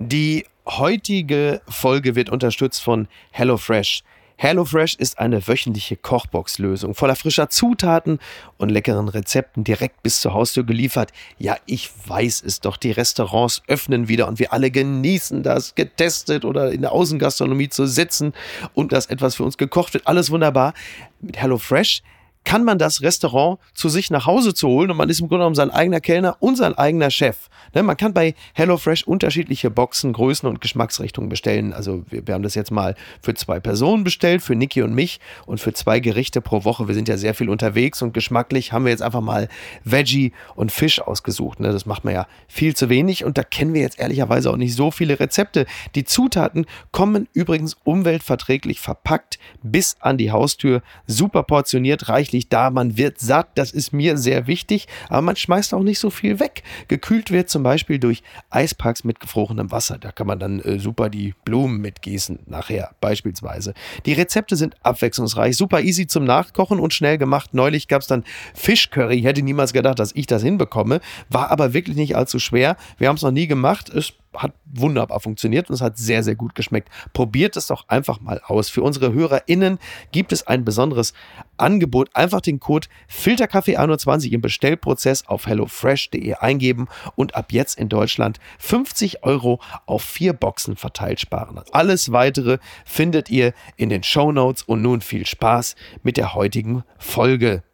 Die heutige Folge wird unterstützt von HelloFresh. HelloFresh ist eine wöchentliche Kochbox-Lösung voller frischer Zutaten und leckeren Rezepten direkt bis zur Haustür geliefert. Ja, ich weiß es doch, die Restaurants öffnen wieder und wir alle genießen das, getestet oder in der Außengastronomie zu sitzen und dass etwas für uns gekocht wird. Alles wunderbar. Mit HelloFresh kann man das Restaurant zu sich nach Hause zu holen und man ist im Grunde genommen sein eigener Kellner und sein eigener Chef. Man kann bei HelloFresh unterschiedliche Boxen, Größen und Geschmacksrichtungen bestellen. Also wir haben das jetzt mal für 2 Personen bestellt, für Niki und mich und für 2 Gerichte pro Woche. Wir sind ja sehr viel unterwegs und geschmacklich haben wir jetzt einfach mal Veggie und Fisch ausgesucht. Das macht man ja viel zu wenig und da kennen wir jetzt ehrlicherweise auch nicht so viele Rezepte. Die Zutaten kommen übrigens umweltverträglich verpackt bis an die Haustür, super portioniert, reichlich da, man wird satt, das ist mir sehr wichtig, aber man schmeißt auch nicht so viel weg. Gekühlt wird zum Beispiel durch Eispacks mit gefrorenem Wasser, da kann man dann super die Blumen mitgießen, nachher beispielsweise. Die Rezepte sind abwechslungsreich, super easy zum Nachkochen und schnell gemacht. Neulich gab es dann Fischcurry, ich hätte niemals gedacht, dass ich das hinbekomme, war aber wirklich nicht allzu schwer. Wir haben es noch nie gemacht, es hat wunderbar funktioniert und es hat sehr, sehr gut geschmeckt. Probiert es doch einfach mal aus. Für unsere HörerInnen gibt es ein besonderes Angebot. Einfach den Code FilterKaffee21 im Bestellprozess auf hellofresh.de eingeben und ab jetzt in Deutschland 50 € auf 4 Boxen verteilt sparen. Alles Weitere findet ihr in den Shownotes und nun viel Spaß mit der heutigen Folge.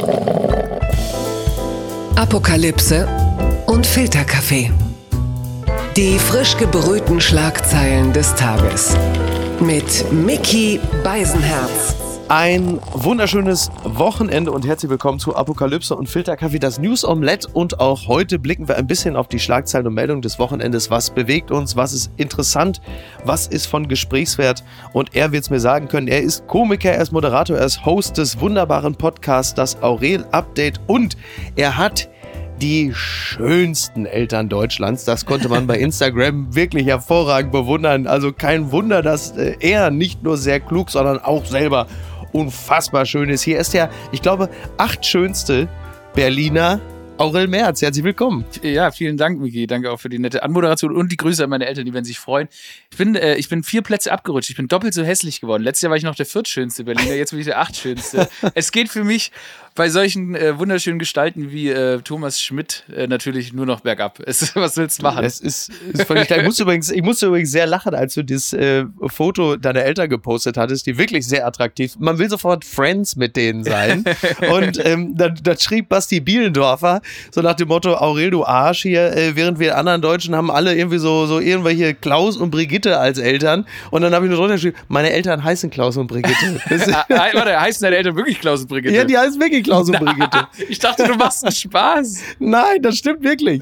Apokalypse und Filterkaffee. Die frisch gebrühten Schlagzeilen des Tages. Mit Micky Beisenherz. Ein wunderschönes Wochenende und herzlich willkommen zu Apokalypse und Filterkaffee, das News Omelette. Und auch heute blicken wir ein bisschen auf die Schlagzeilen und Meldungen des Wochenendes. Was bewegt uns? Was ist interessant? Was ist von Gesprächswert? Und er wird es mir sagen können. Er ist Komiker, er ist Moderator, er ist Host des wunderbaren Podcasts Das Aurel Update und er hat die schönsten Eltern Deutschlands. Das konnte man bei Instagram wirklich hervorragend bewundern. Also kein Wunder, dass er nicht nur sehr klug, sondern auch selber unfassbar schön ist. Hier ist der, ich glaube, 8. schönste Berliner Aurel Merz. Herzlich willkommen. Ja, vielen Dank, Micky. Danke auch für die nette Anmoderation und die Grüße an meine Eltern, die werden sich freuen. Ich bin 4 Plätze abgerutscht. Ich bin doppelt so hässlich geworden. Letztes Jahr war ich noch der 4. schönste Berliner, jetzt bin ich der 8. schönste. Es geht für mich bei solchen wunderschönen Gestalten wie Thomas Schmidt natürlich nur noch bergab. Was willst du machen? Es ist völlig klar. Ich musste übrigens sehr lachen, als du das Foto deiner Eltern gepostet hattest, die wirklich sehr attraktiv. Man will sofort Friends mit denen sein. Und dann schrieb Basti Bielendorfer so nach dem Motto, Aurel, du Arsch hier, während wir anderen Deutschen haben alle irgendwie so irgendwelche Klaus und Brigitte als Eltern. Und dann habe ich nur drunter geschrieben, meine Eltern heißen Klaus und Brigitte. Warte, heißen deine Eltern wirklich Klaus und Brigitte? Ja, die heißen wirklich Klaus und Brigitte. Ich dachte, du machst einen Spaß. Nein, das stimmt wirklich.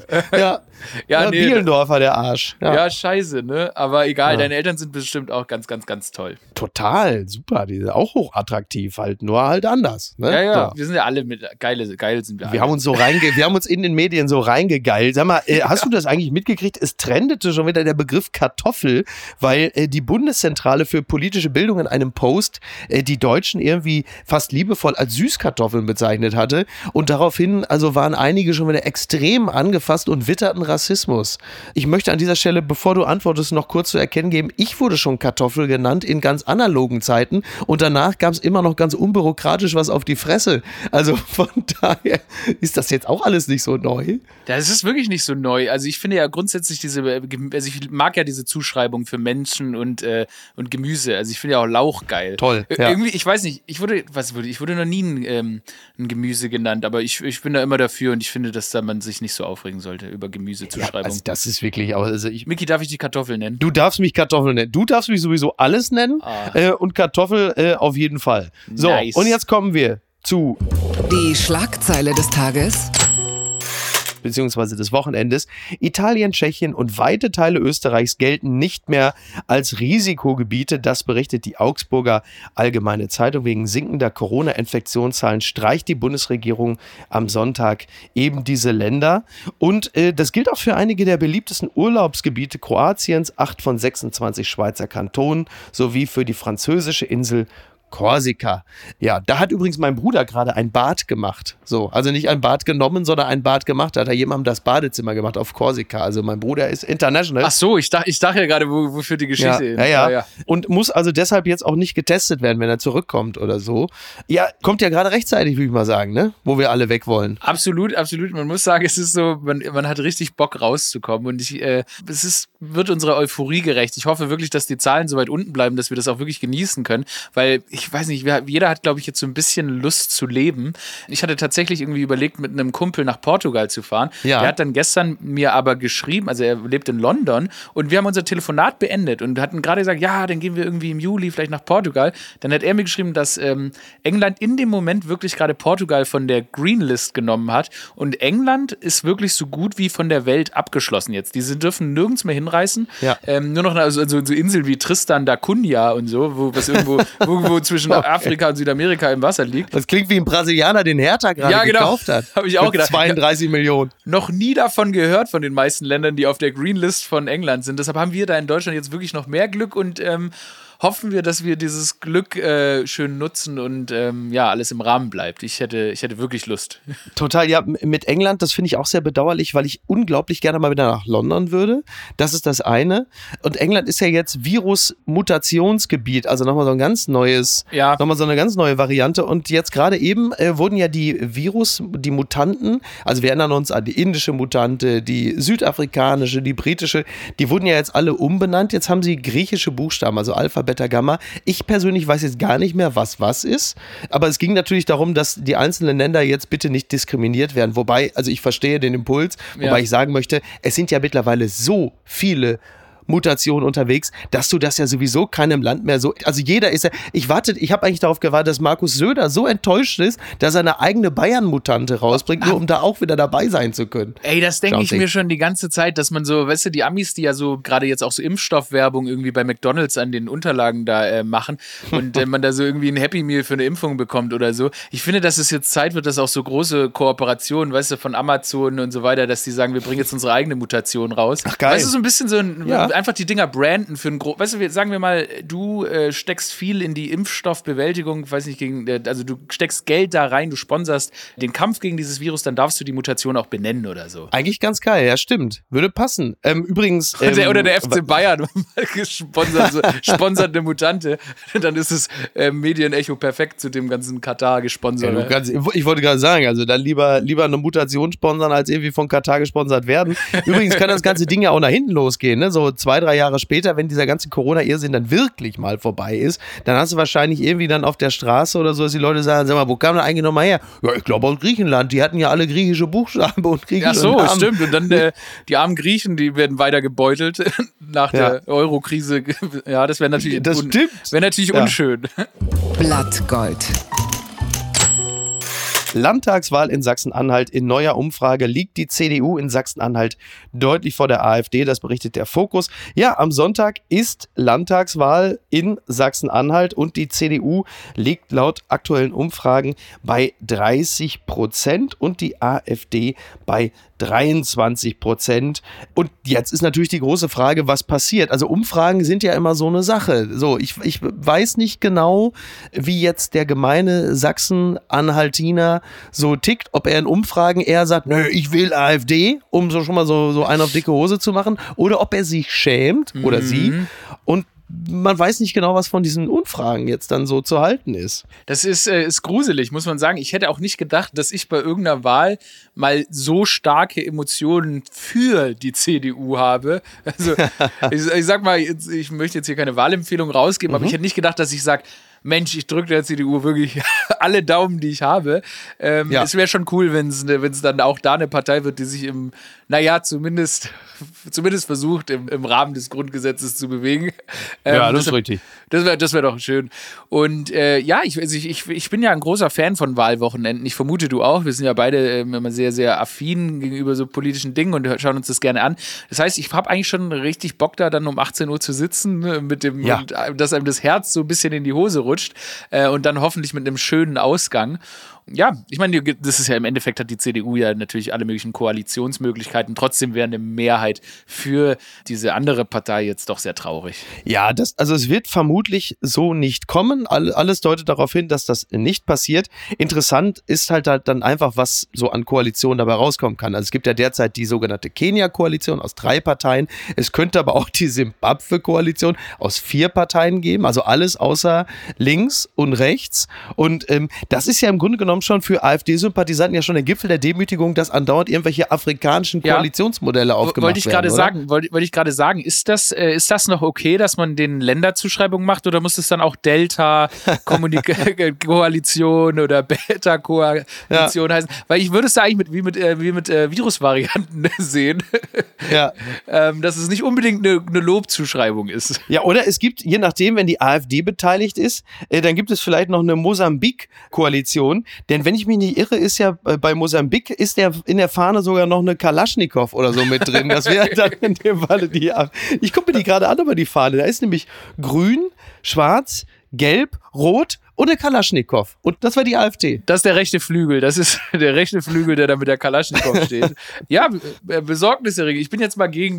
Ja, nee, Bielendorfer, der Arsch. Ja, scheiße, ne? Aber egal, deine Eltern sind bestimmt auch ganz, ganz, ganz toll. Total, super. Die sind auch hochattraktiv halt, nur halt anders. Ne? Ja, wir sind ja alle geil sind wir alle. Wir haben uns in den Medien so reingegeilt. Sag mal, hast du das eigentlich mitgekriegt? Es trendete schon wieder der Begriff Kartoffel, weil die Bundeszentrale für politische Bildung in einem Post die Deutschen irgendwie fast liebevoll als Süßkartoffeln bezeichnet hatte. Und daraufhin waren einige schon wieder extrem angefasst und witterten Rassismus. Ich möchte an dieser Stelle, bevor du antwortest, noch kurz zu erkennen geben, ich wurde schon Kartoffel genannt in ganz analogen Zeiten und danach gab es immer noch ganz unbürokratisch was auf die Fresse. Also von daher ist das jetzt auch alles nicht so neu. Das ist wirklich nicht so neu. Also ich finde ja grundsätzlich ich mag ja diese Zuschreibung für Menschen und Gemüse. Also ich finde ja auch Lauch geil. Toll. Ja. Irgendwie, ich weiß nicht, ich wurde noch nie ein Gemüse genannt, aber ich bin da immer dafür und ich finde, dass da man sich nicht so aufregen sollte über Gemüsezuschreibung. Ja, also das ist wirklich auch. Micky, darf ich dich Kartoffel nennen? Du darfst mich Kartoffel nennen. Du darfst mich sowieso alles nennen und Kartoffel auf jeden Fall. So, nice. Und jetzt kommen wir zu die Schlagzeile des Tages. Beziehungsweise des Wochenendes. Italien, Tschechien und weite Teile Österreichs gelten nicht mehr als Risikogebiete. Das berichtet die Augsburger Allgemeine Zeitung. Wegen sinkender Corona-Infektionszahlen streicht die Bundesregierung am Sonntag eben diese Länder. Und das gilt auch für einige der beliebtesten Urlaubsgebiete Kroatiens, 8 von 26 Schweizer Kantonen, sowie für die französische Insel Korsika. Ja, da hat übrigens mein Bruder gerade ein Bad gemacht. So, also nicht ein Bad genommen, sondern ein Bad gemacht. Da hat er jemandem das Badezimmer gemacht auf Korsika. Also mein Bruder ist international. Ach so, ich dachte ja gerade, wofür die Geschichte ist. Ja. Und muss also deshalb jetzt auch nicht getestet werden, wenn er zurückkommt oder so. Ja, kommt ja gerade rechtzeitig, würde ich mal sagen, ne? Wo wir alle weg wollen. Absolut. Man muss sagen, es ist so, man hat richtig Bock rauszukommen und wird unserer Euphorie gerecht. Ich hoffe wirklich, dass die Zahlen so weit unten bleiben, dass wir das auch wirklich genießen können, weil ich weiß nicht, jeder hat, glaube ich, jetzt so ein bisschen Lust zu leben. Ich hatte tatsächlich irgendwie überlegt, mit einem Kumpel nach Portugal zu fahren. Ja. Der hat dann gestern mir aber geschrieben, also er lebt in London und wir haben unser Telefonat beendet und hatten gerade gesagt, ja, dann gehen wir irgendwie im Juli vielleicht nach Portugal. Dann hat er mir geschrieben, dass England in dem Moment wirklich gerade Portugal von der Green List genommen hat und England ist wirklich so gut wie von der Welt abgeschlossen jetzt. Die dürfen nirgends mehr hinreißen. Ja. Nur noch so Inseln wie Tristan da Cunha und so, was irgendwo zwischen Afrika und Südamerika im Wasser liegt. Das klingt wie ein Brasilianer, den Hertha gerade gekauft hat. Habe ich auch gedacht. 32 Millionen. Noch nie davon gehört von den meisten Ländern, die auf der Green List von England sind. Deshalb haben wir da in Deutschland jetzt wirklich noch mehr Glück und hoffen wir, dass wir dieses Glück schön nutzen und alles im Rahmen bleibt. Ich hätte wirklich Lust. Total, ja, mit England, das finde ich auch sehr bedauerlich, weil ich unglaublich gerne mal wieder nach London würde. Das ist das eine. Und England ist ja jetzt Virus-Mutationsgebiet, also nochmal so ein ganz neues, nochmal so eine ganz neue Variante. Und jetzt gerade eben wurden ja die Mutanten, also wir erinnern uns an die indische Mutante, die südafrikanische, die britische, die wurden ja jetzt alle umbenannt. Jetzt haben sie griechische Buchstaben, also Alpha, Beta, Gamma. Ich persönlich weiß jetzt gar nicht mehr, was ist. Aber es ging natürlich darum, dass die einzelnen Länder jetzt bitte nicht diskriminiert werden. Wobei, also ich verstehe den Impuls, wobei ich sagen möchte, es sind ja mittlerweile so viele Mutation unterwegs, dass du das ja sowieso keinem Land mehr so, also jeder ist ja, ich habe eigentlich darauf gewartet, dass Markus Söder so enttäuscht ist, dass er eine eigene Bayern-Mutante rausbringt, nur um da auch wieder dabei sein zu können. Ey, das denke ich mir schon die ganze Zeit, dass man so, weißt du, die Amis, die ja so gerade jetzt auch so Impfstoffwerbung irgendwie bei McDonald's an den Unterlagen da machen und man da so irgendwie ein Happy Meal für eine Impfung bekommt oder so. Ich finde, dass es jetzt Zeit wird, dass auch so große Kooperationen, weißt du, von Amazon und so weiter, dass die sagen, wir bringen jetzt unsere eigene Mutation raus. Ach geil. Weißt du, so ein bisschen so ein einfach die Dinger branden für ein weißt du, sagen wir mal, du steckst viel in die Impfstoffbewältigung, weiß nicht, also du steckst Geld da rein, du sponserst den Kampf gegen dieses Virus, dann darfst du die Mutation auch benennen oder so. Eigentlich ganz geil, ja stimmt. Würde passen. Übrigens... oder der FC Bayern sponsert eine Mutante, dann ist es Medienecho perfekt zu dem ganzen Katar gesponsert. Ich wollte gerade sagen, also dann lieber eine Mutation sponsern, als irgendwie von Katar gesponsert werden. Übrigens kann das ganze Ding ja auch nach hinten losgehen, ne? So 2-3 Jahre später, wenn dieser ganze Corona-Irrsinn dann wirklich mal vorbei ist, dann hast du wahrscheinlich irgendwie dann auf der Straße oder so, dass die Leute sagen, sag mal, wo kam der eigentlich nochmal her? Ja, ich glaube aus Griechenland, die hatten ja alle griechische Buchstaben und griechische Namen. Ach so, stimmt. Und dann die armen Griechen, die werden weiter gebeutelt nach der Euro-Krise. Ja, das wäre natürlich, unschön. Blattgold. Landtagswahl in Sachsen-Anhalt. In neuer Umfrage liegt die CDU in Sachsen-Anhalt deutlich vor der AfD. Das berichtet der Fokus. Ja, am Sonntag ist Landtagswahl in Sachsen-Anhalt und die CDU liegt laut aktuellen Umfragen bei 30% und die AfD bei 23%. Und jetzt ist natürlich die große Frage, was passiert. Also Umfragen sind ja immer so eine Sache. So, ich weiß nicht genau, wie jetzt der gemeine Sachsen-Anhaltiner so tickt, ob er in Umfragen eher sagt, nö, ich will AfD, um so schon mal so einen auf dicke Hose zu machen, oder ob er sich schämt oder sie und man weiß nicht genau, was von diesen Umfragen jetzt dann so zu halten ist. Das ist gruselig, muss man sagen. Ich hätte auch nicht gedacht, dass ich bei irgendeiner Wahl mal so starke Emotionen für die CDU habe. Also ich sag mal, ich möchte jetzt hier keine Wahlempfehlung rausgeben, aber ich hätte nicht gedacht, dass ich sage, Mensch, ich drücke der CDU wirklich alle Daumen, die ich habe. Es wäre schon cool, wenn es dann auch da eine Partei wird, die sich zumindest versucht, im Rahmen des Grundgesetzes zu bewegen. Das ist richtig. Das wär doch schön. Und ich bin ja ein großer Fan von Wahlwochenenden. Ich vermute, du auch. Wir sind ja beide immer sehr, sehr affin gegenüber so politischen Dingen und schauen uns das gerne an. Das heißt, ich habe eigentlich schon richtig Bock, da dann um 18 Uhr zu sitzen, und dass einem das Herz so ein bisschen in die Hose rutscht und dann hoffentlich mit einem schönen Ausgang. Ja, ich meine, das ist ja im Endeffekt, hat die CDU ja natürlich alle möglichen Koalitionsmöglichkeiten. Trotzdem wäre eine Mehrheit für diese andere Partei jetzt doch sehr traurig. Ja, also es wird vermutlich so nicht kommen. Alles deutet darauf hin, dass das nicht passiert. Interessant ist halt dann einfach, was so an Koalitionen dabei rauskommen kann. Also es gibt ja derzeit die sogenannte Kenia-Koalition aus 3 Parteien. Es könnte aber auch die Simbabwe-Koalition aus 4 Parteien geben. Also alles außer links und rechts. Und das ist ja im Grunde genommen schon für AfD-Sympathisanten ja schon der Gipfel der Demütigung, dass andauernd irgendwelche afrikanischen Koalitionsmodelle aufgemacht werden. Wollte ich gerade sagen, ist das noch okay, dass man den Länderzuschreibungen macht, oder muss es dann auch Delta-Koalition oder Beta-Koalition heißen? Weil ich würde es da eigentlich wie mit Virusvarianten sehen, dass es nicht unbedingt eine Lobzuschreibung ist. Ja, oder es gibt, je nachdem, wenn die AfD beteiligt ist, dann gibt es vielleicht noch eine Mosambik-Koalition. Denn wenn ich mich nicht irre, ist ja bei Mosambik ist in der Fahne sogar noch eine Kalaschnikow oder so mit drin. Das wäre dann in dem Falle die AfD. Ich gucke mir die gerade an, aber die Fahne. Da ist nämlich grün, schwarz, gelb, rot und eine Kalaschnikow. Und das war die AfD. Das ist der rechte Flügel. Das ist der rechte Flügel, der da mit der Kalaschnikow steht. Ja, besorgniserregend. Ich bin jetzt mal gegen die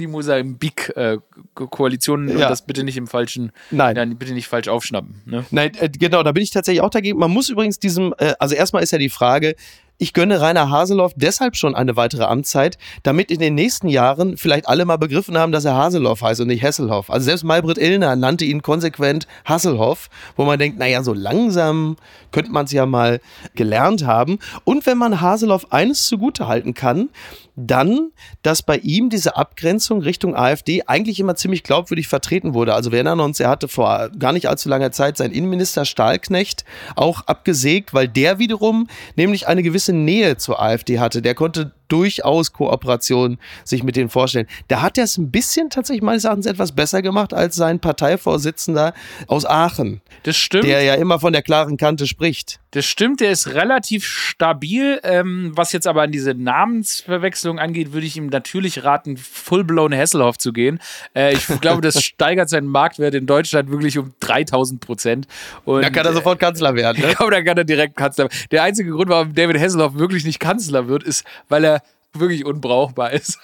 Mosambik-Koalition und das bitte nicht bitte nicht falsch aufschnappen. Ne? Nein, genau, da bin ich tatsächlich auch dagegen. Man muss übrigens also erstmal ist ja die Frage, ich gönne Rainer Haseloff deshalb schon eine weitere Amtszeit, damit in den nächsten Jahren vielleicht alle mal begriffen haben, dass er Haseloff heißt und nicht Hesselhoff. Also selbst Maybrit Illner nannte ihn konsequent Hasselhoff, wo man denkt, naja, so langsam könnte man es ja mal gelernt haben. Und wenn man Haseloff eines zugutehalten kann, dann, dass bei ihm diese Abgrenzung Richtung AfD eigentlich immer ziemlich glaubwürdig vertreten wurde. Also wir erinnern uns, er hatte vor gar nicht allzu langer Zeit seinen Innenminister Stahlknecht auch abgesägt, weil der wiederum nämlich eine gewisse Nähe zur AfD hatte. Der konnte durchaus Kooperation sich mit denen vorstellen. Da hat er es ein bisschen tatsächlich meines Erachtens etwas besser gemacht als sein Parteivorsitzender aus Aachen. Das stimmt. Der ja immer von der klaren Kante spricht. Das stimmt, der ist relativ stabil. Was jetzt aber an diese Namensverwechslung angeht, würde ich ihm natürlich raten, full-blown Hesselhoff zu gehen. Ich glaube, das steigert seinen Marktwert in Deutschland wirklich um 3000%. Und da kann er sofort Kanzler werden. Ne? Ich glaube, da kann er direkt Kanzler werden. Der einzige Grund, warum David Hasselhoff wirklich nicht Kanzler wird, ist, weil er wirklich unbrauchbar ist.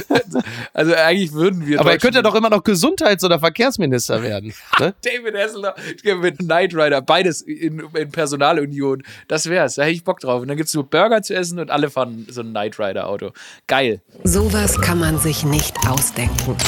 Also eigentlich würden wir... Aber er könnte ja doch immer noch Gesundheits- oder Verkehrsminister werden. Ne? David Hasselhoff mit Knight Rider, beides in Personalunion. Das wär's, da hätte ich Bock drauf. Und dann gibt's nur Burger zu essen und alle fahren so ein Knight Rider Auto. Geil. Sowas kann man sich nicht ausdenken.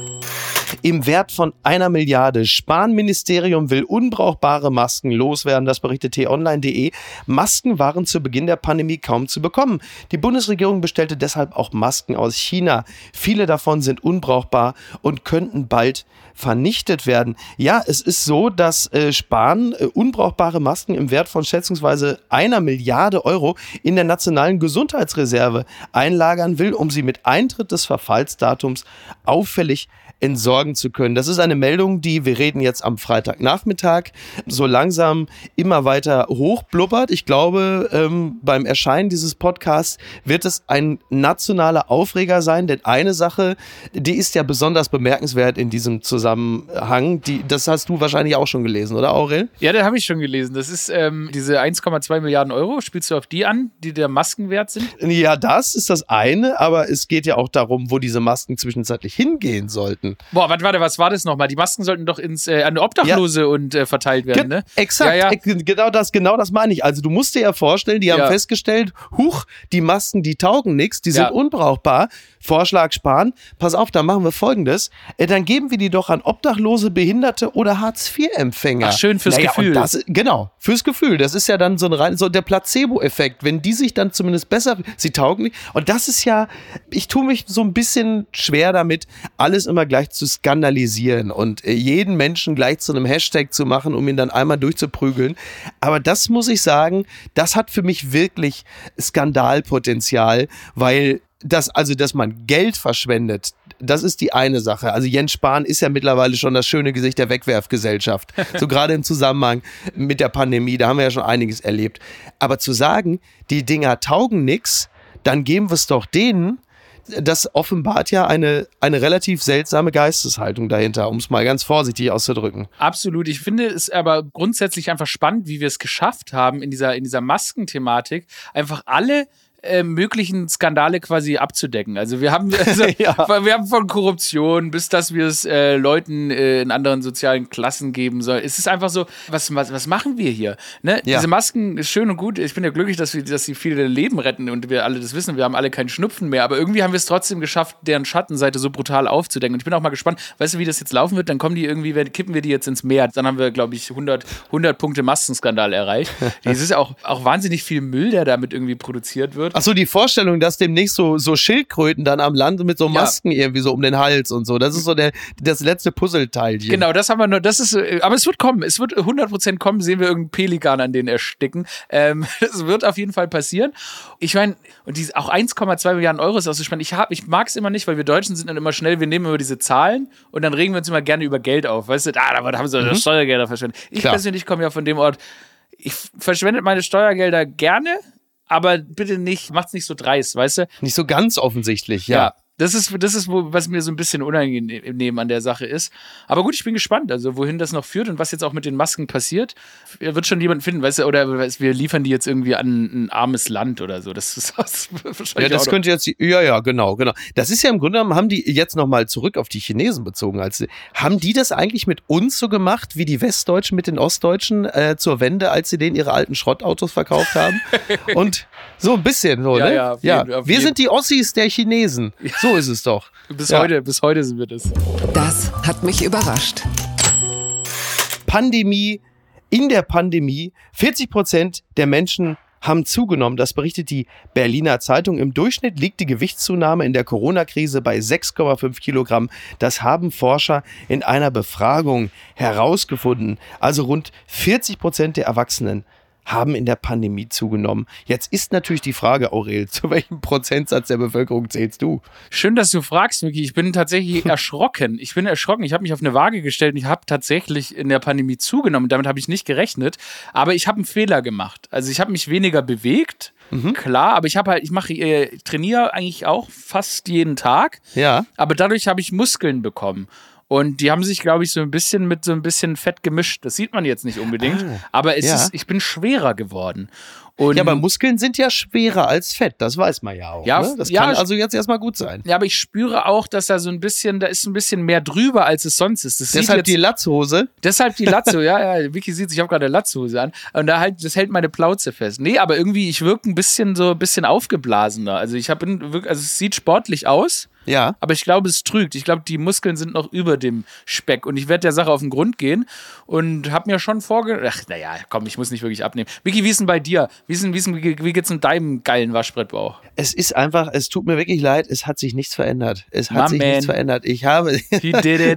Im Wert von 1 Milliarde. Spahn-Ministerium will unbrauchbare Masken loswerden. Das berichtet t-online.de. Masken waren zu Beginn der Pandemie kaum zu bekommen. Die Bundesregierung bestellte deshalb auch Masken aus China. Viele davon sind unbrauchbar und könnten bald vernichtet werden. Ja, es ist so, dass Spahn unbrauchbare Masken im Wert von schätzungsweise 1 Milliarde Euro in der nationalen Gesundheitsreserve einlagern will, um sie mit Eintritt des Verfallsdatums auffällig entsorgen zu können. Das ist eine Meldung, die, wir reden jetzt am Freitagnachmittag, so langsam immer weiter hochblubbert. Ich glaube, beim Erscheinen dieses Podcasts wird es ein nationaler Aufreger sein, denn eine Sache, die ist ja besonders bemerkenswert in diesem Zusammenhang. Das hast du wahrscheinlich auch schon gelesen, oder Aurel? Ja, das habe ich schon gelesen. Das ist diese 1,2 Milliarden Euro. Spielst du auf die an, die der Masken wert sind? Ja, das ist das eine, aber es geht ja auch darum, wo diese Masken zwischenzeitlich hingehen sollten. Boah, warte, was war das nochmal? Die Masken sollten doch an Obdachlose und verteilt werden, ne? Exakt, ja. Genau das meine ich. Also du musst dir ja vorstellen, die haben festgestellt, die Masken, die taugen nichts, die sind unbrauchbar. Vorschlag Spahn, pass auf, dann machen wir Folgendes, dann geben wir die doch an Obdachlose, Behinderte oder Hartz-IV-Empfänger. Ach, schön fürs Gefühl. Genau, fürs Gefühl. Das ist ja dann so der Placebo-Effekt, wenn die sich dann zumindest besser, sie taugen nicht. Und das ist ja, ich tue mich so ein bisschen schwer damit, alles immer gleich zu skandalisieren und jeden Menschen gleich zu einem Hashtag zu machen, um ihn dann einmal durchzuprügeln. Aber das muss ich sagen, das hat für mich wirklich Skandalpotenzial, weil dass man Geld verschwendet, das ist die eine Sache. Also Jens Spahn ist ja mittlerweile schon das schöne Gesicht der Wegwerfgesellschaft. So gerade im Zusammenhang mit der Pandemie, da haben wir ja schon einiges erlebt. Aber zu sagen, die Dinger taugen nix, dann geben wir es doch denen, das offenbart ja eine relativ seltsame Geisteshaltung dahinter, um es mal ganz vorsichtig auszudrücken. Absolut. Ich finde es aber grundsätzlich einfach spannend, wie wir es geschafft haben, in dieser Maskenthematik einfach alle möglichen Skandale quasi abzudecken. Also wir haben wir haben von Korruption bis dass wir es Leuten in anderen sozialen Klassen geben sollen. Es ist einfach so, was machen wir hier? Ne? Ja. Diese Masken ist schön und gut. Ich bin ja glücklich, dass sie viele Leben retten und wir alle das wissen. Wir haben alle keinen Schnupfen mehr, aber irgendwie haben wir es trotzdem geschafft, deren Schattenseite so brutal aufzudecken. Und ich bin auch mal gespannt, weißt du, wie das jetzt laufen wird? Dann kommen die irgendwie, kippen wir die jetzt ins Meer. Dann haben wir, glaube ich, 100 Punkte Maskenskandal erreicht. Es ist ja auch wahnsinnig viel Müll, der damit irgendwie produziert wird. Ach so, die Vorstellung, dass demnächst so Schildkröten dann am Land mit so Masken irgendwie so um den Hals und so. Das ist so das letzte Puzzleteilchen. Genau, das haben wir nur. Das ist, aber es wird kommen. Es wird 100% kommen. Sehen wir irgendeinen Pelikan, an den ersticken. Das wird auf jeden Fall passieren. Ich meine, und auch 1,2 Milliarden Euro ist auch so spannend. Ich mag es immer nicht, weil wir Deutschen sind dann immer schnell, wir nehmen immer diese Zahlen und dann regen wir uns immer gerne über Geld auf. Weißt du, da haben sie das Steuergelder verschwendet. Ich persönlich komme ja von dem Ort, ich verschwende meine Steuergelder gerne, aber bitte nicht, macht's nicht so dreist, weißt du? Nicht so ganz offensichtlich, ja. Das ist was mir so ein bisschen unangenehm an der Sache ist. Aber gut, ich bin gespannt, also wohin das noch führt und was jetzt auch mit den Masken passiert. Wird schon jemand finden, weißt du, oder wir liefern die jetzt irgendwie an ein armes Land oder so. Das ist wahrscheinlich ja, das könnte jetzt, genau. Das ist ja im Grunde genommen, haben die jetzt nochmal zurück auf die Chinesen bezogen. Haben die das eigentlich mit uns so gemacht, wie die Westdeutschen mit den Ostdeutschen zur Wende, als sie denen ihre alten Schrottautos verkauft haben? Und so ein bisschen so, ne? Ja, wir sind die Ossis der Chinesen. So ist es doch. Bis heute sind wir das. Das hat mich überrascht. Pandemie, in der Pandemie, 40% der Menschen haben zugenommen. Das berichtet die Berliner Zeitung. Im Durchschnitt liegt die Gewichtszunahme in der Corona-Krise bei 6,5 Kilogramm. Das haben Forscher in einer Befragung herausgefunden. Also rund 40% der Erwachsenen haben in der Pandemie zugenommen. Jetzt ist natürlich die Frage, Aurel, zu welchem Prozentsatz der Bevölkerung zählst du? Schön, dass du fragst, Miki. Ich bin tatsächlich erschrocken. Ich habe mich auf eine Waage gestellt und ich habe tatsächlich in der Pandemie zugenommen. Damit habe ich nicht gerechnet. Aber ich habe einen Fehler gemacht. Also ich habe mich weniger bewegt. Klar, aber ich trainiere eigentlich auch fast jeden Tag. Ja. Aber dadurch habe ich Muskeln bekommen. Und die haben sich, glaube ich, so ein bisschen Fett gemischt. Das sieht man jetzt nicht unbedingt. Aber ich bin schwerer geworden. Und ja, aber Muskeln sind ja schwerer als Fett. Das weiß man ja auch. Ja, ne? Das kann also jetzt erstmal gut sein. Ja, aber ich spüre auch, dass da ist ein bisschen mehr drüber, als es sonst ist. Deshalb die Latzhose? Deshalb die Latzhose, ja. Vicky sieht, ich habe gerade eine Latzhose an. Und das hält meine Plauze fest. Nee, aber irgendwie, ich wirke ein bisschen aufgeblasener. Also es sieht sportlich aus. Ja. Aber ich glaube, es trügt. Ich glaube, die Muskeln sind noch über dem Speck. Und ich werde der Sache auf den Grund gehen und habe mir schon ich muss nicht wirklich abnehmen. Vicky, wie ist denn bei dir? Wie geht's in deinem geilen Waschbrettbauch? Es ist einfach, es tut mir wirklich leid, es hat sich nichts verändert. Nichts verändert. He did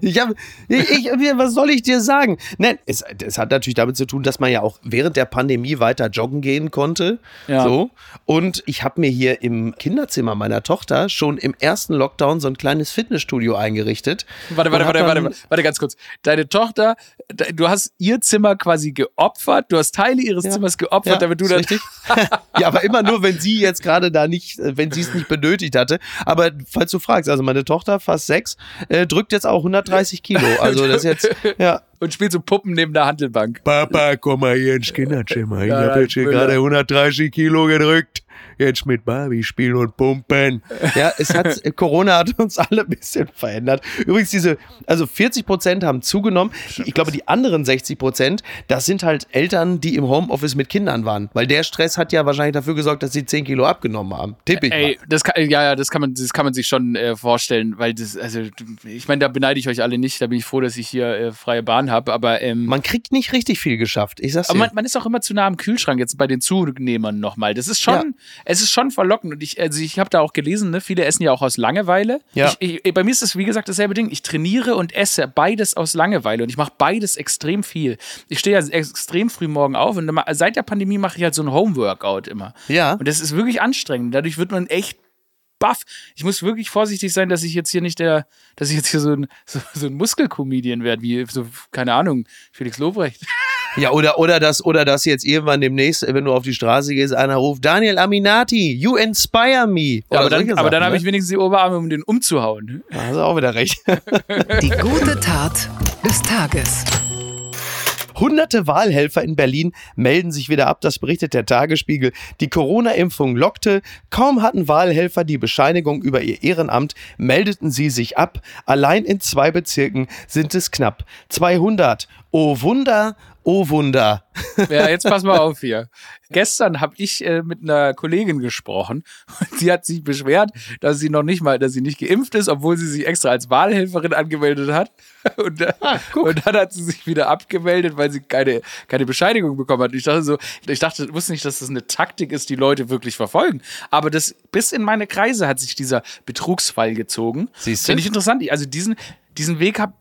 it. Was soll ich dir sagen? Nein, es hat natürlich damit zu tun, dass man ja auch während der Pandemie weiter joggen gehen konnte. Ja. So. Und ich habe mir hier im Kinderzimmer meiner Tochter schon im ersten Lockdown so ein kleines Fitnessstudio eingerichtet. Warte ganz kurz. Deine Tochter, du hast ihr Zimmer quasi geopfert, du hast Teile ihres Zimmers geopfert, damit du dann... Richtig. Ja, aber immer nur, wenn sie jetzt gerade wenn sie es nicht benötigt hatte. Aber falls du fragst, also meine Tochter, fast 6, drückt jetzt auch 130 Kilo. Also das jetzt, ja. Und spielt so Puppen neben der Handelbank. Papa, komm mal hier ins Kinderzimmer. Ich habe jetzt hier gerade 130 Kilo gedrückt. Jetzt mit Barbie spielen und pumpen. Ja, Corona hat uns alle ein bisschen verändert. Übrigens 40% haben zugenommen. Ich glaube, die anderen 60%, das sind halt Eltern, die im Homeoffice mit Kindern waren. Weil der Stress hat ja wahrscheinlich dafür gesorgt, dass sie 10 Kilo abgenommen haben. Tippe ich mal. Das kann man sich schon vorstellen. Weil ich meine, da beneide ich euch alle nicht. Da bin ich froh, dass ich hier freie Bahn habe. Aber man kriegt nicht richtig viel geschafft. Ich sag's dir. Aber man ist auch immer zu nah am Kühlschrank, jetzt bei den Zunehmern nochmal. Das ist schon... Ja. Es ist schon verlockend und ich habe da auch gelesen, ne, viele essen ja auch aus Langeweile. Ja. Bei mir ist es, wie gesagt, dasselbe Ding. Ich trainiere und esse beides aus Langeweile und ich mache beides extrem viel. Ich stehe ja extrem früh morgen auf und seit der Pandemie mache ich halt so ein Homeworkout immer. Ja. Und das ist wirklich anstrengend. Dadurch wird man echt baff. Ich muss wirklich vorsichtig sein, dass ich jetzt hier so ein Muskelcomedian werde, wie so, keine Ahnung, Felix Lobrecht. Ja, oder das jetzt irgendwann demnächst, wenn du auf die Straße gehst, einer ruft, Daniel Aminati, you inspire me. Ja, aber solche dann Sachen, habe ich wenigstens die Oberarme, um den umzuhauen. Da hast du auch wieder recht. Die gute Tat des Tages. Hunderte Wahlhelfer in Berlin melden sich wieder ab, das berichtet der Tagesspiegel. Die Corona-Impfung lockte. Kaum hatten Wahlhelfer die Bescheinigung über ihr Ehrenamt, meldeten sie sich ab. Allein in 2 Bezirken sind es knapp 200. Oh Wunder, oh Wunder. Ja, jetzt pass mal auf hier. Gestern habe ich mit einer Kollegin gesprochen und sie hat sich beschwert, dass sie nicht geimpft ist, obwohl sie sich extra als Wahlhelferin angemeldet hat. Und dann hat sie sich wieder abgemeldet, weil sie keine Bescheinigung bekommen hat. Ich wusste nicht, dass das eine Taktik ist, die Leute wirklich verfolgen. Aber bis in meine Kreise hat sich dieser Betrugsfall gezogen. Siehst du? Finde ich interessant. Also diesen Weg auf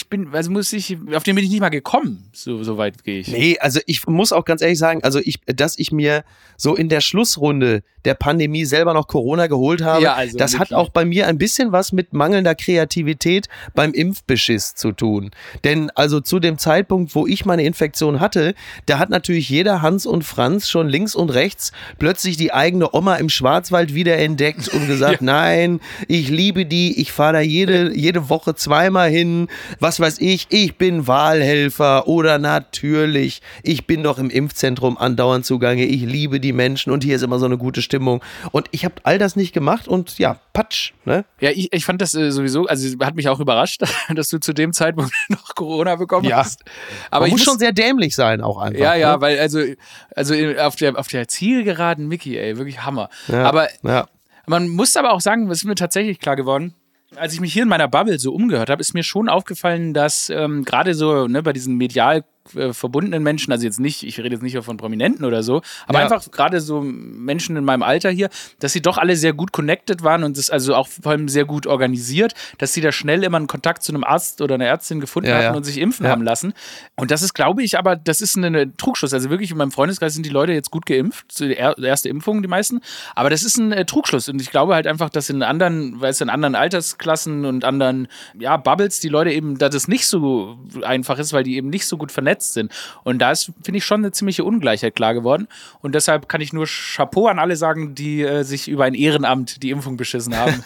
den bin ich nicht mal gekommen. So weit gehe ich. Nee, also ich muss auch ganz ehrlich sagen, dass ich mir so in der Schlussrunde der Pandemie selber noch Corona geholt habe, ja, also das hat auch bei mir ein bisschen was mit mangelnder Kreativität beim Impfbeschiss zu tun. Denn also zu dem Zeitpunkt, wo ich meine Infektion hatte, da hat natürlich jeder Hans und Franz schon links und rechts plötzlich die eigene Oma im Schwarzwald wiederentdeckt und gesagt, nein, ich liebe die, ich fahre da jede Woche 2-mal hin, was weiß ich bin Wahlhelfer oder natürlich, ich bin doch im Impfzentrum andauernd zugange, ich liebe die Menschen und hier ist immer so eine gute Stimmung. Und ich habe all das nicht gemacht und ja, patsch. Ne? Ja, ich fand das sowieso, also hat mich auch überrascht, dass du zu dem Zeitpunkt noch Corona bekommen hast. Aber man muss schon sehr dämlich sein auch einfach. Ja, ne? weil also auf der Zielgeraden Mickey, ey, wirklich Hammer. Ja, aber ja. Man muss aber auch sagen, was ist mir tatsächlich klar geworden, als ich mich hier in meiner Bubble so umgehört habe, ist mir schon aufgefallen, dass gerade so bei diesen medial verbundenen Menschen, also ich rede jetzt nicht von Prominenten oder so, aber einfach gerade so Menschen in meinem Alter hier, dass sie doch alle sehr gut connected waren und das also auch vor allem sehr gut organisiert, dass sie da schnell immer einen Kontakt zu einem Arzt oder einer Ärztin gefunden hatten und sich impfen haben lassen. Und das ist, glaube ich, aber das ist eine Trugschluss. Also wirklich in meinem Freundeskreis sind die Leute jetzt gut geimpft, die erste Impfung, die meisten, aber das ist ein Trugschluss und ich glaube halt einfach, dass in anderen Altersklassen und anderen Bubbles die Leute eben, dass es nicht so einfach ist, weil die eben nicht so gut vernetzt sind. Und da ist, finde ich, schon eine ziemliche Ungleichheit klar geworden. Und deshalb kann ich nur Chapeau an alle sagen, die sich über ein Ehrenamt die Impfung beschissen haben.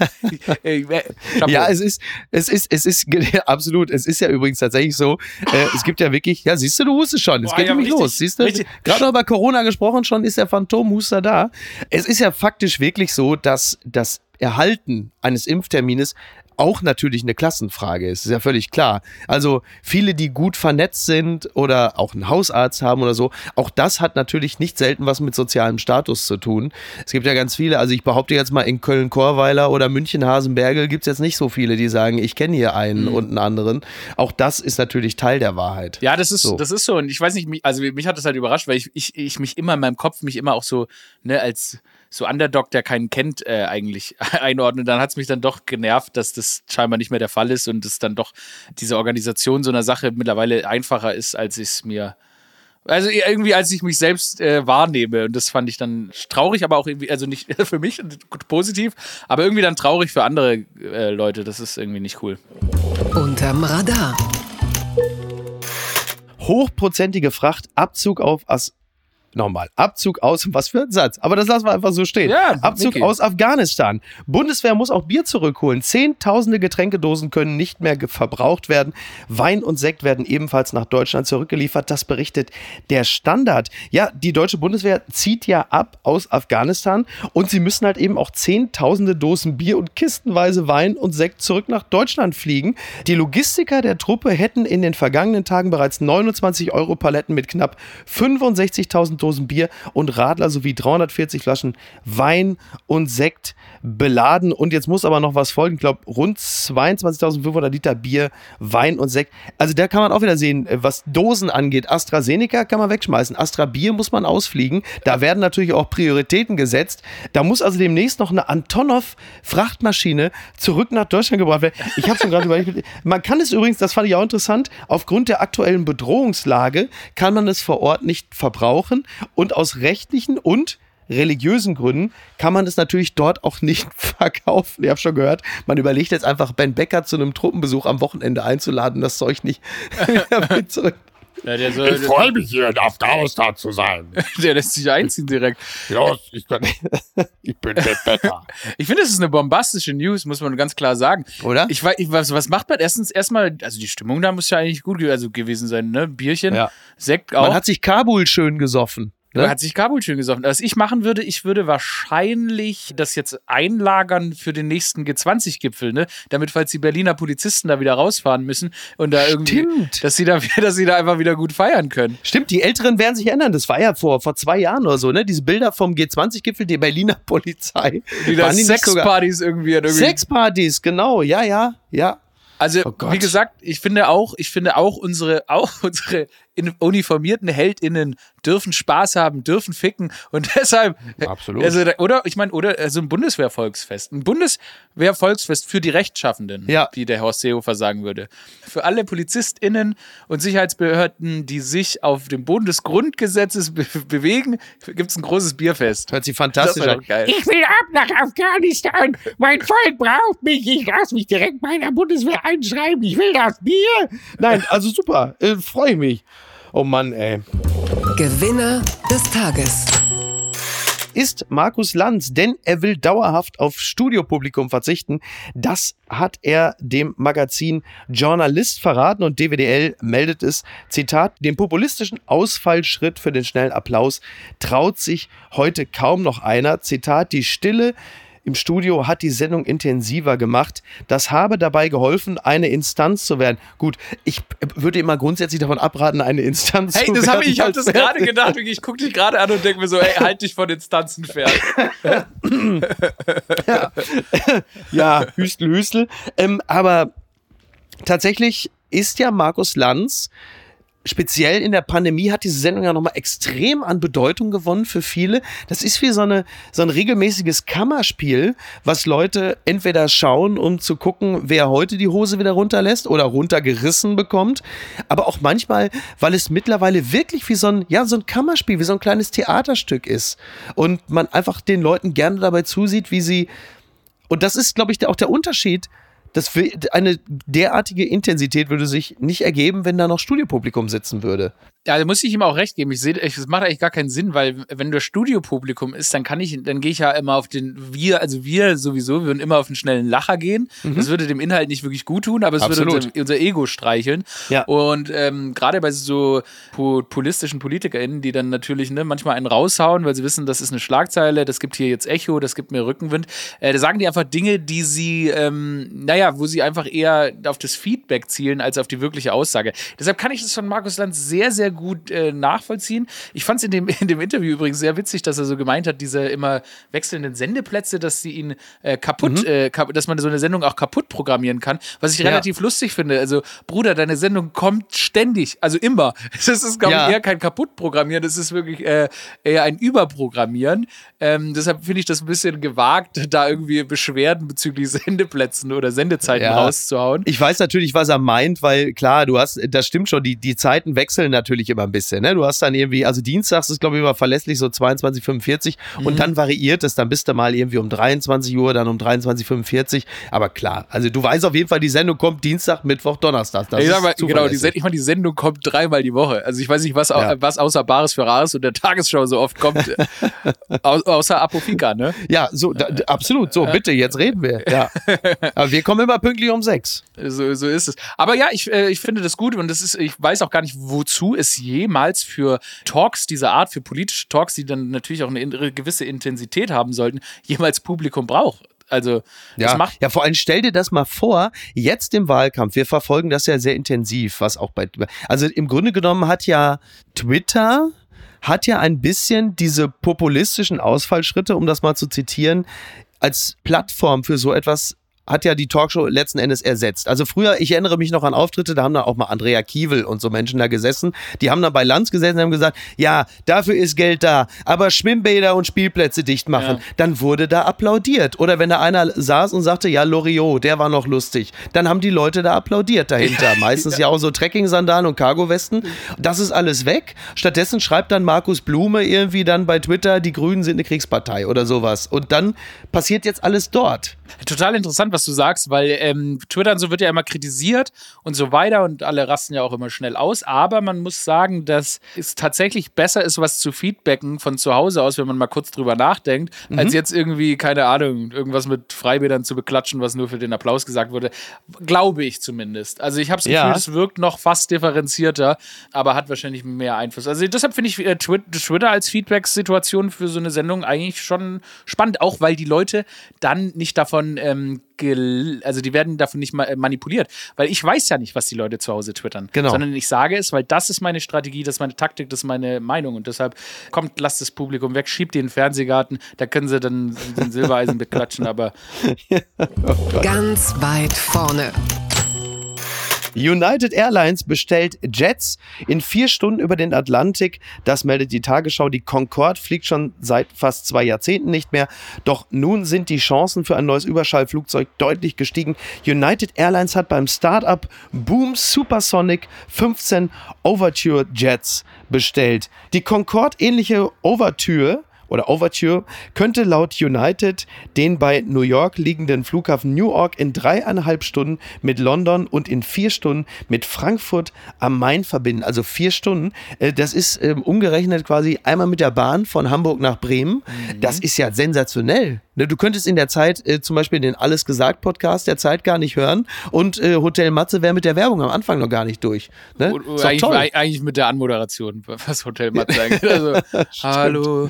Ja, es ist absolut. Es ist ja übrigens tatsächlich so, es gibt ja wirklich, ja, siehst du, du hustest schon. Es geht nämlich los. Siehst du, gerade über Corona gesprochen, schon ist der Phantomhuster da. Es ist ja faktisch wirklich so, dass das Erhalten eines Impftermines auch natürlich eine Klassenfrage ist ja völlig klar. Also viele, die gut vernetzt sind oder auch einen Hausarzt haben oder so, auch das hat natürlich nicht selten was mit sozialem Status zu tun. Es gibt ja ganz viele, also ich behaupte jetzt mal in Köln-Korweiler oder München-Hasenbergel gibt es jetzt nicht so viele, die sagen, ich kenne hier einen und einen anderen. Auch das ist natürlich Teil der Wahrheit. Ja, das ist so und ich weiß nicht, mich hat das halt überrascht, weil ich mich immer in meinem Kopf auch so, als so Underdog, der keinen kennt, eigentlich einordnen. Dann hat es mich dann doch genervt, dass das scheinbar nicht mehr der Fall ist und es dann doch diese Organisation so einer Sache mittlerweile einfacher ist, als ich es mir... Also irgendwie, als ich mich selbst wahrnehme. Und das fand ich dann traurig, aber auch irgendwie, also nicht für mich gut positiv, aber irgendwie dann traurig für andere Leute. Das ist irgendwie nicht cool. Unterm Radar. Hochprozentige Fracht, Abzug aus, was für ein Satz. Aber das lassen wir einfach so stehen. Ja, Abzug aus Afghanistan. Bundeswehr muss auch Bier zurückholen. Zehntausende Getränkedosen können nicht mehr verbraucht werden. Wein und Sekt werden ebenfalls nach Deutschland zurückgeliefert. Das berichtet der Standard. Ja, die deutsche Bundeswehr zieht ja ab aus Afghanistan und sie müssen halt eben auch zehntausende Dosen Bier und kistenweise Wein und Sekt zurück nach Deutschland fliegen. Die Logistiker der Truppe hätten in den vergangenen Tagen bereits 29 Euro Paletten mit knapp 65.000 Dosen Bier und Radler sowie 340 Flaschen Wein und Sekt beladen. Und jetzt muss aber noch was folgen. Ich glaube, rund 22.500 Liter Bier, Wein und Sekt. Also da kann man auch wieder sehen, was Dosen angeht. AstraZeneca kann man wegschmeißen. Astra Bier muss man ausfliegen. Da werden natürlich auch Prioritäten gesetzt. Da muss also demnächst noch eine Antonov-Frachtmaschine zurück nach Deutschland gebracht werden. Ich habe schon gerade überlegt. Man kann es übrigens, das fand ich auch interessant, aufgrund der aktuellen Bedrohungslage kann man es vor Ort nicht verbrauchen. Und aus rechtlichen und religiösen Gründen kann man es natürlich dort auch nicht verkaufen. Ihr habt schon gehört, man überlegt jetzt einfach Ben Becker zu einem Truppenbesuch am Wochenende einzuladen, das Zeug nicht mit zurück. Ja, Ich freue mich, hier in Afghanistan zu sein. Der lässt sich einziehen direkt. Los, ich bin Better. Ich finde, es ist eine bombastische News, muss man ganz klar sagen. Oder? Was macht man? Erstmal, also die Stimmung da muss ja eigentlich gut gewesen sein, ne? Bierchen, Ja. Sekt auch. Man hat sich Kabul schön gesoffen. Man Ne? hat sich Kabul schön gesoffen. Was ich machen würde, ich würde wahrscheinlich das jetzt einlagern für den nächsten G20-Gipfel, ne? Damit, falls die Berliner Polizisten da wieder rausfahren müssen und da irgendwie, Stimmt. dass sie da einfach wieder gut feiern können. Stimmt, die Älteren werden sich erinnern. Das war ja vor 2 Jahren oder so, ne? Diese Bilder vom G20-Gipfel, die Berliner Polizei. Die da Waren die nicht sogar- Sexpartys irgendwie. Sexpartys, genau. Ja. Also, Oh Gott. wie gesagt, ich finde auch unsere uniformierten HeldInnen dürfen Spaß haben, dürfen ficken und deshalb, Absolut. also, oder ein Bundeswehrvolksfest. Ein Bundeswehrvolksfest für die Rechtschaffenden, Ja. wie der Horst Seehofer sagen würde. Für alle PolizistInnen und Sicherheitsbehörden, die sich auf dem Boden des Grundgesetzes bewegen, gibt es ein großes Bierfest. Hört sich Das fantastisch ist an. doch geil. Ich will ab nach Afghanistan. Mein Volk braucht mich. Ich lasse mich direkt bei der Bundeswehr einschreiben. Ich will das Bier. Nein, also super. Freue ich mich. Oh Mann, ey. Gewinner des Tages. Ist Markus Lanz, denn er will dauerhaft auf Studiopublikum verzichten. Das hat er dem Magazin Journalist verraten und DWDL meldet es, Zitat, dem populistischen Ausfallschritt für den schnellen Applaus traut sich heute kaum noch einer. Zitat, die Stille im Studio hat die Sendung intensiver gemacht. Das habe dabei geholfen, eine Instanz zu werden. Gut, ich würde immer grundsätzlich davon abraten, eine Instanz Hey, zu das werden. ich habe das gerade gedacht. Ich gucke dich gerade an und denke mir so, ey, halt dich von Instanzen fern. Ja, Hüstel. Aber tatsächlich ist ja Markus Lanz, speziell in der Pandemie, hat diese Sendung ja nochmal extrem an Bedeutung gewonnen für viele. Das ist wie so ein regelmäßiges Kammerspiel, was Leute entweder schauen, um zu gucken, wer heute die Hose wieder runterlässt oder runtergerissen bekommt, aber auch manchmal, weil es mittlerweile wirklich wie so ein Kammerspiel, wie so ein kleines Theaterstück ist und man einfach den Leuten gerne dabei zusieht, wie sie, und das ist, glaube ich, auch der Unterschied. Eine derartige Intensität würde sich nicht ergeben, wenn da noch Studiopublikum sitzen würde. Ja, da muss ich ihm auch recht geben. Es macht eigentlich gar keinen Sinn, weil wenn das Studiopublikum ist, dann gehe ich ja immer auf wir sowieso, wir würden immer auf einen schnellen Lacher gehen. Das würde dem Inhalt nicht wirklich gut tun, aber es Absolut. würde unser Ego streicheln. Ja. Und gerade bei so populistischen PolitikerInnen, die dann natürlich manchmal einen raushauen, weil sie wissen, das ist eine Schlagzeile, das gibt hier jetzt Echo, das gibt mir Rückenwind, da sagen die einfach Dinge, die sie, wo sie einfach eher auf das Feedback zielen, als auf die wirkliche Aussage. Deshalb kann ich das von Markus Lanz sehr, sehr gut nachvollziehen. Ich fand es in dem Interview übrigens sehr witzig, dass er so gemeint hat, diese immer wechselnden Sendeplätze, dass sie ihn dass man so eine Sendung auch kaputt programmieren kann, was ich relativ lustig finde. Also, Bruder, deine Sendung kommt ständig, also immer. Das ist, glaube ich, eher kein Kaputtprogrammieren, das ist wirklich eher ein Überprogrammieren. Deshalb finde ich das ein bisschen gewagt, da irgendwie Beschwerden bezüglich Sendeplätzen oder Sendezeiten rauszuhauen. Ich weiß natürlich, was er meint, weil klar, das stimmt schon, die Zeiten wechseln natürlich immer ein bisschen. Ne? Du hast dann irgendwie, also dienstags ist, glaube ich, immer verlässlich so 22:45 und dann variiert es, dann bist du mal irgendwie um 23 Uhr, dann um 23:45. Aber klar, also du weißt auf jeden Fall, die Sendung kommt Dienstag, Mittwoch, Donnerstag. Das ich sag mal, ist genau, die Sendung kommt 3-mal die Woche. Also ich weiß nicht, was außer Bares für Rares und der Tagesschau so oft kommt, außer Apofika, ne? Ja, so, absolut. So, bitte, jetzt reden wir. Ja. Aber wir kommen immer pünktlich um 6. So ist es. Aber ja, ich finde das gut und ich weiß auch gar nicht, wozu es jemals für Talks dieser Art, für politische Talks, die dann natürlich auch eine gewisse Intensität haben sollten, jemals Publikum braucht. Also, das macht. Ja, vor allem stell dir das mal vor, jetzt im Wahlkampf, wir verfolgen das ja sehr intensiv, also im Grunde genommen hat ja Twitter ein bisschen diese populistischen Ausfallschritte, um das mal zu zitieren, als Plattform für so etwas hat ja die Talkshow letzten Endes ersetzt. Also früher, ich erinnere mich noch an Auftritte, da haben dann auch mal Andrea Kiewel und so Menschen da gesessen. Die haben dann bei Lanz gesessen und haben gesagt, ja, dafür ist Geld da, aber Schwimmbäder und Spielplätze dicht machen. Ja. Dann wurde da applaudiert. Oder wenn da einer saß und sagte, ja, Loriot, der war noch lustig. Dann haben die Leute da applaudiert dahinter. Meistens ja auch so Trekking-Sandalen und Cargo-Westen. Das ist alles weg. Stattdessen schreibt dann Markus Blume irgendwie dann bei Twitter, die Grünen sind eine Kriegspartei oder sowas. Und dann passiert jetzt alles dort. Total interessant, interessant, was du sagst, weil Twitter und so wird ja immer kritisiert und so weiter und alle rasten ja auch immer schnell aus. Aber man muss sagen, dass es tatsächlich besser ist, was zu feedbacken von zu Hause aus, wenn man mal kurz drüber nachdenkt, als jetzt irgendwie, keine Ahnung, irgendwas mit Freibädern zu beklatschen, was nur für den Applaus gesagt wurde. Glaube ich zumindest. Also ich habe das Gefühl, es wirkt noch fast differenzierter, aber hat wahrscheinlich mehr Einfluss. Also deshalb finde ich Twitter als Feedback-Situation für so eine Sendung eigentlich schon spannend, auch weil die Leute dann nicht davon also die werden davon nicht manipuliert, weil ich weiß ja nicht, was die Leute zu Hause twittern, sondern ich sage es, weil das ist meine Strategie, das ist meine Taktik, das ist meine Meinung und deshalb lasst das Publikum weg, schiebt die in den Fernsehgarten, da können sie dann den Silbereisen beklatschen, aber Ganz weit vorne. United Airlines bestellt Jets in 4 Stunden über den Atlantik. Das meldet die Tagesschau. Die Concorde fliegt schon seit fast 2 Jahrzehnten nicht mehr. Doch nun sind die Chancen für ein neues Überschallflugzeug deutlich gestiegen. United Airlines hat beim Start-up Boom Supersonic 15 Overture Jets bestellt. Die Concorde-ähnliche Overture könnte laut United den bei New York liegenden Flughafen Newark in 3,5 Stunden mit London und in 4 Stunden mit Frankfurt am Main verbinden. Also 4 Stunden. Das ist umgerechnet quasi einmal mit der Bahn von Hamburg nach Bremen. Das ist ja sensationell. Du könntest in der Zeit zum Beispiel den Alles gesagt Podcast der Zeit gar nicht hören und Hotel Matze wäre mit der Werbung am Anfang noch gar nicht durch. Ne? Ist doch toll. Eigentlich mit der Anmoderation, was Hotel Matze angeht. Also, hallo.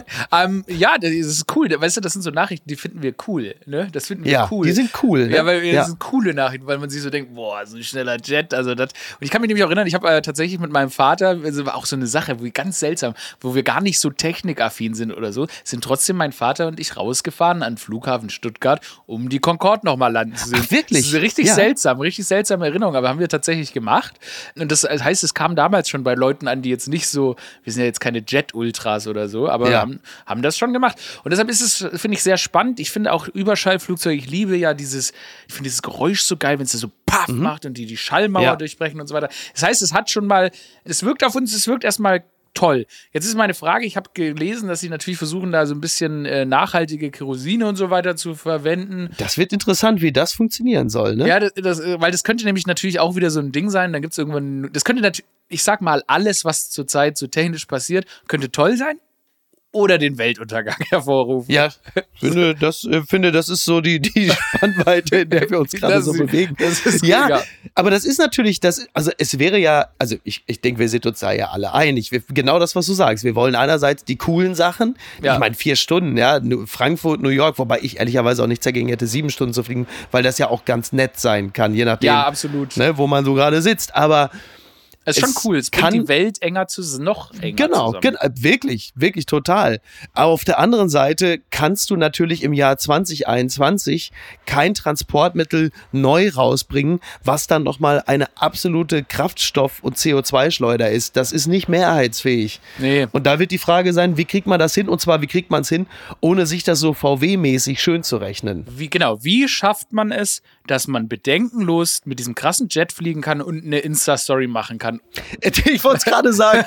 Ja, das ist cool. Weißt du, das sind so Nachrichten, die finden wir cool. Ne? Das finden wir cool. Die sind cool. Ne? Ja, weil das sind coole Nachrichten, weil man sich so denkt, boah, so ein schneller Jet. Also das. Und ich kann mich nämlich auch erinnern, ich habe tatsächlich mit meinem Vater, also war auch so eine Sache, ganz seltsam, wo wir gar nicht so technikaffin sind oder so, sind trotzdem mein Vater und ich rausgefahren an den Flughafen Stuttgart, um die Concorde nochmal landen zu sehen. Ach, wirklich? Das ist richtig seltsame Erinnerung, aber haben wir tatsächlich gemacht. Und das heißt, es kam damals schon bei Leuten an, die jetzt nicht so, wir sind ja jetzt keine Jet-Ultras oder so, aber haben das schon gemacht. Und deshalb ist es, finde ich, sehr spannend. Ich finde auch Überschallflugzeuge, ich liebe ja ich finde dieses Geräusch so geil, wenn es so paff macht und die Schallmauer durchbrechen und so weiter. Das heißt, es hat schon mal, es wirkt auf uns, es wirkt erstmal toll. Jetzt ist meine Frage, ich habe gelesen, dass sie natürlich versuchen, da so ein bisschen nachhaltige Kerosine und so weiter zu verwenden. Das wird interessant, wie das funktionieren soll, ne? Ja, weil das könnte nämlich natürlich auch wieder so ein Ding sein, dann gibt es irgendwann, das könnte natürlich, ich sag mal, alles, was zurzeit so technisch passiert, könnte toll sein oder den Weltuntergang hervorrufen. Ja, finde, das ist so die Spannweite, in der wir uns gerade so bewegen. Das ist ja, aber das ist natürlich, also es wäre ja, also ich denke, wir sind uns da ja alle einig. Genau das, was du sagst. Wir wollen einerseits die coolen Sachen. Ja. Ich meine, 4 Stunden, ja, Frankfurt, New York, wobei ich ehrlicherweise auch nichts dagegen hätte, 7 Stunden zu fliegen, weil das ja auch ganz nett sein kann, je nachdem, absolut. Ne, wo man so gerade sitzt. Aber es ist schon cool, es bringt die Welt noch enger zusammen. Genau, wirklich, wirklich total. Aber auf der anderen Seite kannst du natürlich im Jahr 2021 kein Transportmittel neu rausbringen, was dann nochmal eine absolute Kraftstoff- und CO2-Schleuder ist. Das ist nicht mehrheitsfähig. Nee. Und da wird die Frage sein, wie kriegt man das hin? Und zwar, wie kriegt man es hin, ohne sich das so VW-mäßig schön zu rechnen? Wie schafft man es, dass man bedenkenlos mit diesem krassen Jet fliegen kann und eine Insta-Story machen kann? Ich wollte es gerade sagen.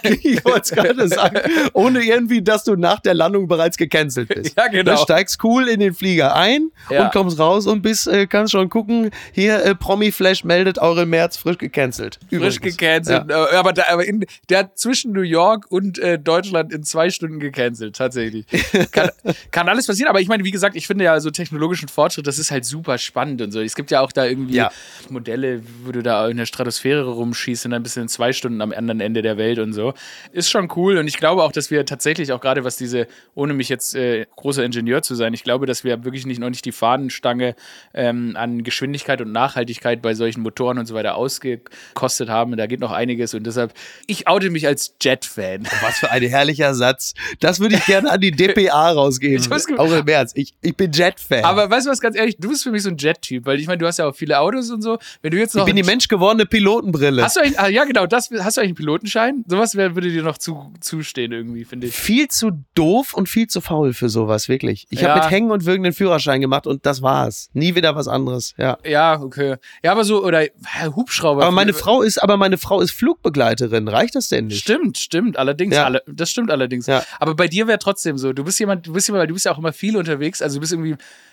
Ohne irgendwie, dass du nach der Landung bereits gecancelt bist. Ja, genau. Du steigst cool in den Flieger ein und kommst raus und kannst schon gucken, hier Promi-Flash meldet Aurel Merz frisch gecancelt. Frisch gecancelt. Ja. Aber der hat zwischen New York und Deutschland in 2 Stunden gecancelt, tatsächlich. Kann alles passieren, aber ich meine, wie gesagt, ich finde ja so technologischen Fortschritt, das ist halt super spannend und so. Es gibt ja auch da irgendwie Modelle, wo du da in der Stratosphäre rumschießt und dann bist du in 2 Stunden am anderen Ende der Welt und so. Ist schon cool und ich glaube auch, dass wir tatsächlich auch gerade was ohne mich jetzt großer Ingenieur zu sein, ich glaube, dass wir wirklich noch nicht die Fahnenstange an Geschwindigkeit und Nachhaltigkeit bei solchen Motoren und so weiter ausgekostet haben. Da geht noch einiges und deshalb, ich oute mich als Jet-Fan. Was für ein herrlicher Satz. Das würde ich gerne an die DPA rausgeben. Aurel Merz, ich bin Jet-Fan. Aber weißt du was, ganz ehrlich, du bist für mich so ein Jet-Typ, weil ich meine, du hast ja auch viele Autos und so. Wenn du jetzt noch ich bin die menschgewordene Pilotenbrille. Hast du eigentlich, ja genau, hast du eigentlich einen Pilotenschein? Sowas würde dir noch zustehen irgendwie, finde ich. Viel zu doof und viel zu faul für sowas, wirklich. Ich habe mit Hängen und Würgen den Führerschein gemacht und das war's. Nie wieder was anderes, ja. Ja, okay. Ja, aber so, oder Hubschrauber. Aber meine Frau ist Flugbegleiterin. Reicht das denn nicht? Stimmt, allerdings. Ja. Das stimmt allerdings. Ja. Aber bei dir wäre trotzdem so, du bist ja auch immer viel unterwegs, also du bist irgendwie,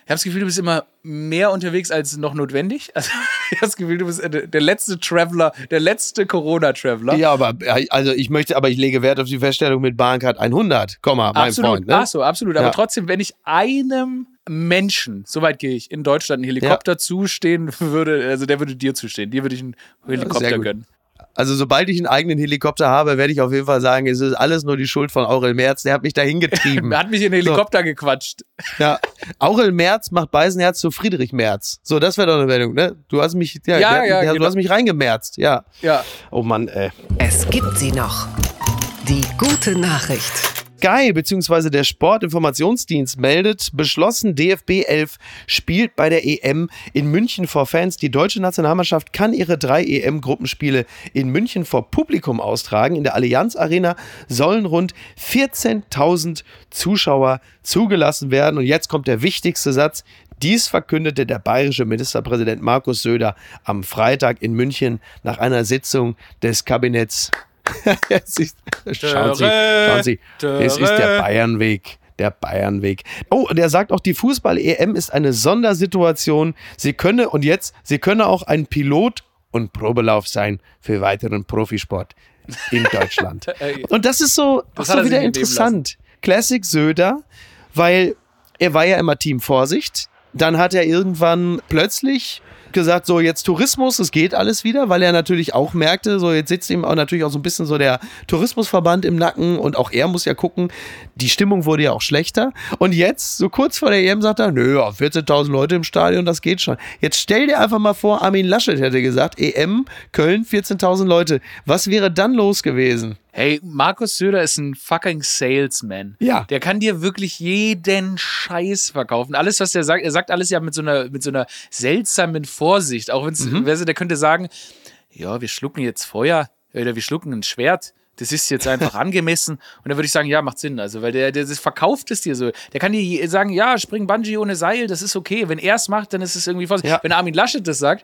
das Gefühl, du bist immer mehr unterwegs als noch notwendig. Also ich habe das Gefühl, du bist der letzte Traveler, der letzte Corona-Traveler. Ja, aber ich lege Wert auf die Feststellung mit Bahncard 100, mein Absolut. Freund. Ne? Ach so, absolut. Aber Ja. trotzdem, wenn ich einem Menschen, soweit gehe ich, in Deutschland einen Helikopter zustehen würde, also der würde dir zustehen. Dir würde ich einen Sehr Helikopter gut. gönnen. Also sobald ich einen eigenen Helikopter habe, werde ich auf jeden Fall sagen, es ist alles nur die Schuld von Aurel Merz, der hat mich dahin getrieben. Er hat mich in den Helikopter gequatscht. Ja, Aurel Merz macht Beisenherz zu Friedrich Merz. So, das wäre doch eine Meldung, ne? Du hast mich, du genau. hast mich reingemerzt, ja. Ja. Oh Mann, ey. Es gibt sie noch. Die gute Nachricht. Sky bzw. der Sportinformationsdienst meldet, beschlossen, DFB 11 spielt bei der EM in München vor Fans. Die deutsche Nationalmannschaft kann ihre 3 EM-Gruppenspiele in München vor Publikum austragen. In der Allianz Arena sollen rund 14.000 Zuschauer zugelassen werden. Und jetzt kommt der wichtigste Satz. Dies verkündete der bayerische Ministerpräsident Markus Söder am Freitag in München nach einer Sitzung des Kabinetts. Schauen Sie, es ist der Bayernweg. Der Bayernweg. Oh, und er sagt auch, die Fußball-EM ist eine Sondersituation. Sie könne auch ein Pilot- und Probelauf sein für weiteren Profisport in Deutschland. Und das ist so, Das auch hat so er sich wieder nicht nehmen interessant. Classic Söder, weil er war ja immer Team Vorsicht. Dann hat er irgendwann plötzlich gesagt, so jetzt Tourismus, es geht alles wieder, weil er natürlich auch merkte, so jetzt sitzt ihm auch natürlich auch so ein bisschen so der Tourismusverband im Nacken und auch er muss ja gucken, die Stimmung wurde ja auch schlechter und jetzt, so kurz vor der EM, sagt er, nö, 14.000 Leute im Stadion, das geht schon. Jetzt stell dir einfach mal vor, Armin Laschet hätte gesagt, EM, Köln, 14.000 Leute. Was wäre dann los gewesen? Hey, Markus Söder ist ein fucking Salesman. Ja. Der kann dir wirklich jeden Scheiß verkaufen. Alles, was der sagt, er sagt alles ja mit so einer seltsamen Vorsicht. Auch wenn es, der könnte sagen, ja, wir schlucken jetzt Feuer oder wir schlucken ein Schwert. Das ist jetzt einfach angemessen. Und dann würde ich sagen, ja, macht Sinn. Also, weil der verkauft es dir so. Der kann dir sagen, ja, spring Bungee ohne Seil, das ist okay. Wenn er es macht, dann ist es irgendwie Vorsicht. Ja. Wenn Armin Laschet das sagt,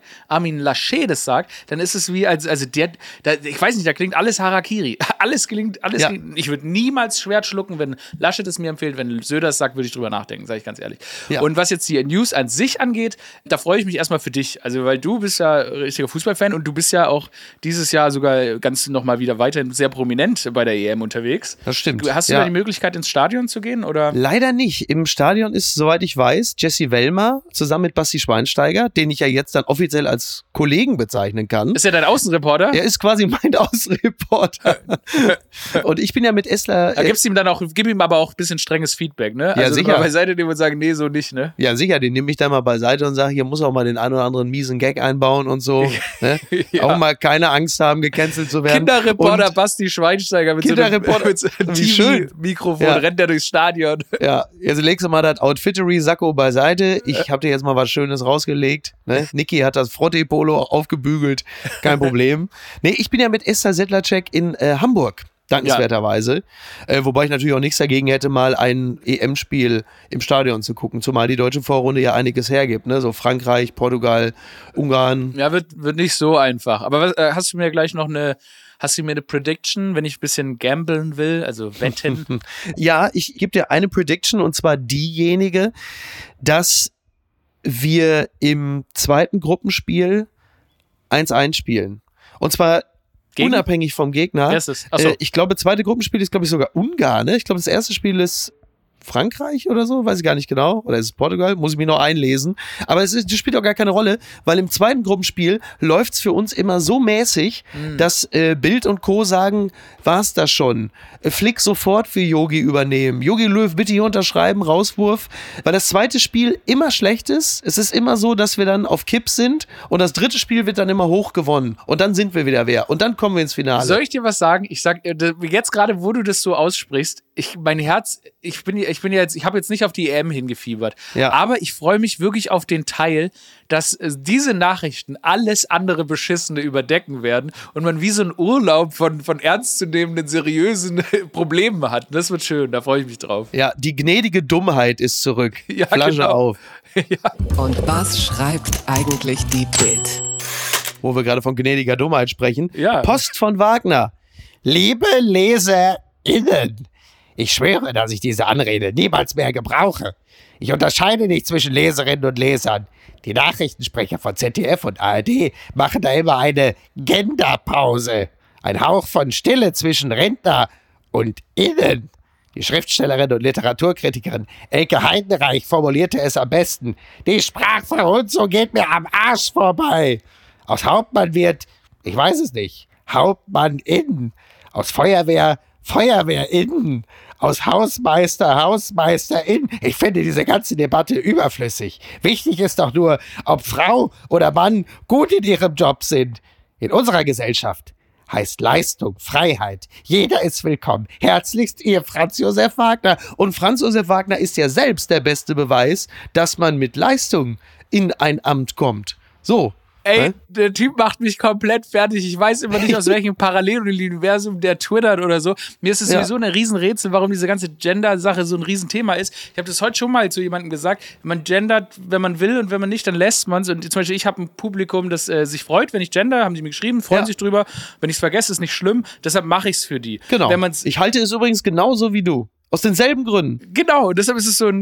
dann ist es wie, ich weiß nicht, da klingt alles Harakiri. Alles klingt. Ich würde niemals Schwert schlucken, wenn Laschet es mir empfiehlt. Wenn Söder es sagt, würde ich drüber nachdenken, sage ich ganz ehrlich. Ja. Und was jetzt die News an sich angeht, da freue ich mich erstmal für dich. Also, weil du bist ja richtiger Fußballfan und du bist ja auch dieses Jahr sogar ganz nochmal wieder weiterhin sehr prominent bei der EM unterwegs. Das stimmt. Hast du da die Möglichkeit, ins Stadion zu gehen? Oder? Leider nicht. Im Stadion ist, soweit ich weiß, Jesse Wellmer zusammen mit Basti Schweinsteiger, den ich ja jetzt dann offiziell als Kollegen bezeichnen kann. Ist er dein Außenreporter? Er ist quasi mein Außenreporter. Und ich bin ja mit Esler. Gib ihm aber auch ein bisschen strenges Feedback, ne? Ja, also sicher. mal beiseite nehmen und sagen, nee, so nicht, ne? Ja, sicher, den nehme ich dann mal beiseite und sage, hier muss auch mal den einen oder anderen miesen Gag einbauen und so. Ne? Ja. Auch mal keine Angst haben, gecancelt zu werden. Kinderreporter Und, Basti Schweinsteiger mit Kinderreporter, so einem wie schön. TV-Mikrofon, Ja. rennt er durchs Stadion. ja, jetzt legst du mal das Outfittery-Sakko beiseite. Ich habe dir jetzt mal was Schönes rausgelegt. Ne? Niki hat das Frottee-Polo aufgebügelt. Kein Problem. Nee, ich bin ja mit Esther Sedlacek in Hamburg. Dankenswerterweise. Wobei ich natürlich auch nichts dagegen hätte, mal ein EM-Spiel im Stadion zu gucken, zumal die deutsche Vorrunde ja einiges hergibt, ne? So Frankreich, Portugal, Ungarn. Ja, wird nicht so einfach. Aber hast du mir eine Prediction, wenn ich ein bisschen gamblen will, also wetten? Ja, ich gebe dir eine Prediction und zwar diejenige, dass wir im zweiten Gruppenspiel 1-1 spielen. Und zwar Gegen? unabhängig vom Gegner. Erstes. Achso. Ich glaube, zweite Gruppenspiel ist, glaube ich, sogar Ungarn. Ne? Ich glaube, das erste Spiel ist Frankreich oder so, weiß ich gar nicht genau. Oder ist es Portugal? Muss ich mich noch einlesen. Aber das spielt auch gar keine Rolle, weil im zweiten Gruppenspiel läuft's für uns immer so mäßig, dass Bild und Co. sagen, war's das schon? Flick sofort für Yogi übernehmen. Jogi Löw, bitte hier unterschreiben, Rauswurf. Weil das zweite Spiel immer schlecht ist. Es ist immer so, dass wir dann auf Kipp sind und das dritte Spiel wird dann immer hoch gewonnen. Und dann sind wir wieder wer. Und dann kommen wir ins Finale. Soll ich dir was sagen? Ich sag jetzt gerade, wo du das so aussprichst, mein Herz, ich habe jetzt nicht auf die EM hingefiebert, Ja. aber ich freue mich wirklich auf den Teil, dass diese Nachrichten alles andere Beschissene überdecken werden und man wie so einen Urlaub von ernstzunehmenden, seriösen Problemen hat. Das wird schön, da freue ich mich drauf. Ja, die gnädige Dummheit ist zurück. Ja, Flasche genau. auf. Und was schreibt eigentlich die Bild? Wo wir gerade von gnädiger Dummheit sprechen. Ja. Post von Wagner. Liebe LeserInnen, Ich schwöre, dass ich diese Anrede niemals mehr gebrauche. Ich unterscheide nicht zwischen Leserinnen und Lesern. Die Nachrichtensprecher von ZDF und ARD machen da immer eine Genderpause. Ein Hauch von Stille zwischen Rentner und Innen. Die Schriftstellerin und Literaturkritikerin Elke Heidenreich formulierte es am besten. Die Sprachverhunzung geht mir am Arsch vorbei. Aus Hauptmann wird, ich weiß es nicht, Hauptmann innen. Aus Feuerwehr, Feuerwehr innen. Aus Hausmeister, Hausmeister innen. Ich finde diese ganze Debatte überflüssig. Wichtig ist doch nur, ob Frau oder Mann gut in ihrem Job sind. In unserer Gesellschaft heißt Leistung, Freiheit. Jeder ist willkommen. Herzlichst, Ihr Franz Josef Wagner. Und Franz Josef Wagner ist ja selbst der beste Beweis, dass man mit Leistung in ein Amt kommt. So. Ey, der Typ macht mich komplett fertig. Ich weiß immer nicht, aus welchem Paralleluniversum der twittert oder so. Mir ist es sowieso ein Riesenrätsel, warum diese ganze Gender-Sache so ein Riesenthema ist. Ich habe das heute schon mal zu jemandem gesagt. Man gendert, wenn man will, und wenn man nicht, dann lässt man es. Und zum Beispiel, ich habe ein Publikum, das sich freut, wenn ich gender, haben die mir geschrieben, freuen sich drüber. Wenn ich es vergesse, ist nicht schlimm. Deshalb mache ich es für die. Genau. Ich halte es übrigens genauso wie du. Aus denselben Gründen. Genau, deshalb ist es so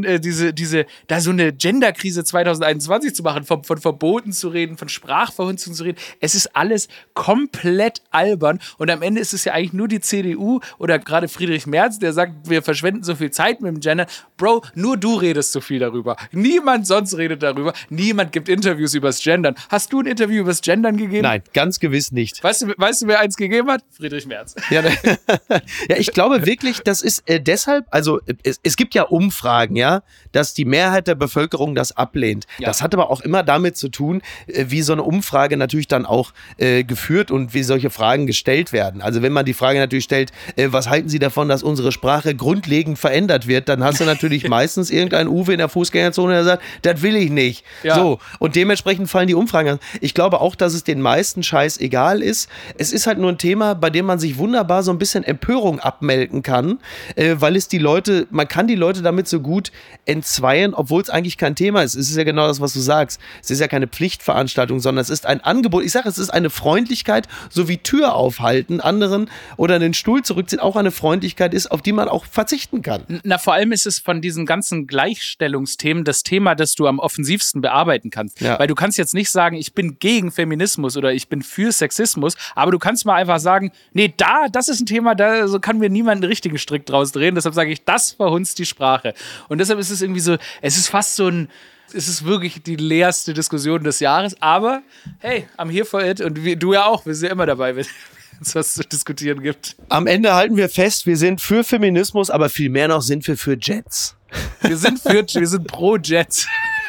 so eine Genderkrise 2021 zu machen, von Verboten zu reden, von Sprachverhunzung zu reden. Es ist alles komplett albern und am Ende ist es ja eigentlich nur die CDU oder gerade Friedrich Merz, der sagt, wir verschwenden so viel Zeit mit dem Gender. Bro, nur du redest so viel darüber. Niemand sonst redet darüber. Niemand gibt Interviews übers Gendern. Hast du ein Interview übers Gendern gegeben? Nein, ganz gewiss nicht. Weißt du, wer eins gegeben hat? Friedrich Merz. Ja, ja, ich glaube wirklich, das ist deshalb, also es gibt ja Umfragen, ja, dass die Mehrheit der Bevölkerung das ablehnt. Ja. Das hat aber auch immer damit zu tun, wie so eine Umfrage natürlich dann auch geführt und wie solche Fragen gestellt werden. Also wenn man die Frage natürlich stellt, was halten Sie davon, dass unsere Sprache grundlegend verändert wird, dann hast du natürlich meistens irgendeinen Uwe in der Fußgängerzone, der sagt, das will ich nicht. Ja. So, und dementsprechend fallen die Umfragen an. Ich glaube auch, dass es den meisten Scheiß egal ist. Es ist halt nur ein Thema, bei dem man sich wunderbar so ein bisschen Empörung abmelden kann, weil es man kann die Leute damit so gut entzweien, obwohl es eigentlich kein Thema ist. Es ist ja genau das, was du sagst. Es ist ja keine Pflichtveranstaltung, sondern es ist ein Angebot. Ich sage, es ist eine Freundlichkeit, so wie Tür aufhalten, anderen oder einen Stuhl zurückziehen, auch eine Freundlichkeit ist, auf die man auch verzichten kann. Na, vor allem ist es von diesen ganzen Gleichstellungsthemen das Thema, das du am offensivsten bearbeiten kannst. Ja. Weil du kannst jetzt nicht sagen, ich bin gegen Feminismus oder ich bin für Sexismus, aber du kannst mal einfach sagen, nee, das ist ein Thema, da so kann mir niemand einen richtigen Strick draus drehen. Deshalb sage ich, das verhunzt die Sprache. Und deshalb ist es irgendwie so, es ist fast so es ist wirklich die leerste Diskussion des Jahres, aber hey, I'm here for it und du ja auch, wir sind ja immer dabei, wenn es was zu diskutieren gibt. Am Ende halten wir fest, wir sind für Feminismus, aber viel mehr noch sind wir für Jets. Wir sind pro Jets.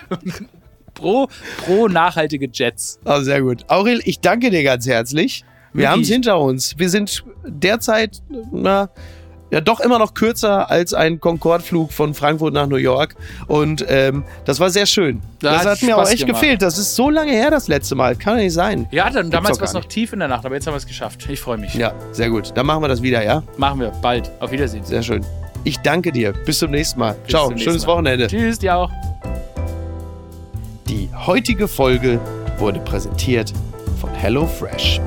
pro nachhaltige Jets. Oh, sehr gut. Aurel, ich danke dir ganz herzlich. Wir haben es hinter uns. Wir sind derzeit, doch immer noch kürzer als ein Concorde-Flug von Frankfurt nach New York. Und das war sehr schön. Das hat mir auch echt gefehlt. Das ist so lange her, das letzte Mal. Kann ja nicht sein. Ja, damals war es noch tief in der Nacht, aber jetzt haben wir es geschafft. Ich freue mich. Ja, sehr gut. Dann machen wir das wieder, ja? Machen wir. Bald. Auf Wiedersehen. Sehr schön. Ich danke dir. Bis zum nächsten Mal. Ciao. Schönes Wochenende. Tschüss, dir auch. Die heutige Folge wurde präsentiert von HelloFresh.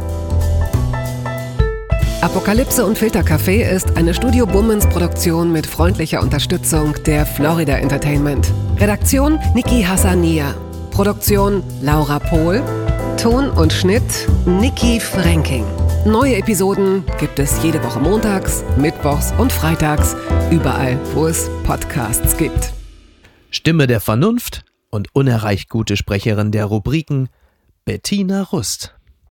Apokalypse und Filtercafé ist eine Studio Bummens Produktion mit freundlicher Unterstützung der Florida Entertainment. Redaktion Niki Hassania. Produktion Laura Pohl. Ton und Schnitt Niki Fränking. Neue Episoden gibt es jede Woche montags, mittwochs und freitags, überall, wo es Podcasts gibt. Stimme der Vernunft und unerreicht gute Sprecherin der Rubriken Bettina Rust.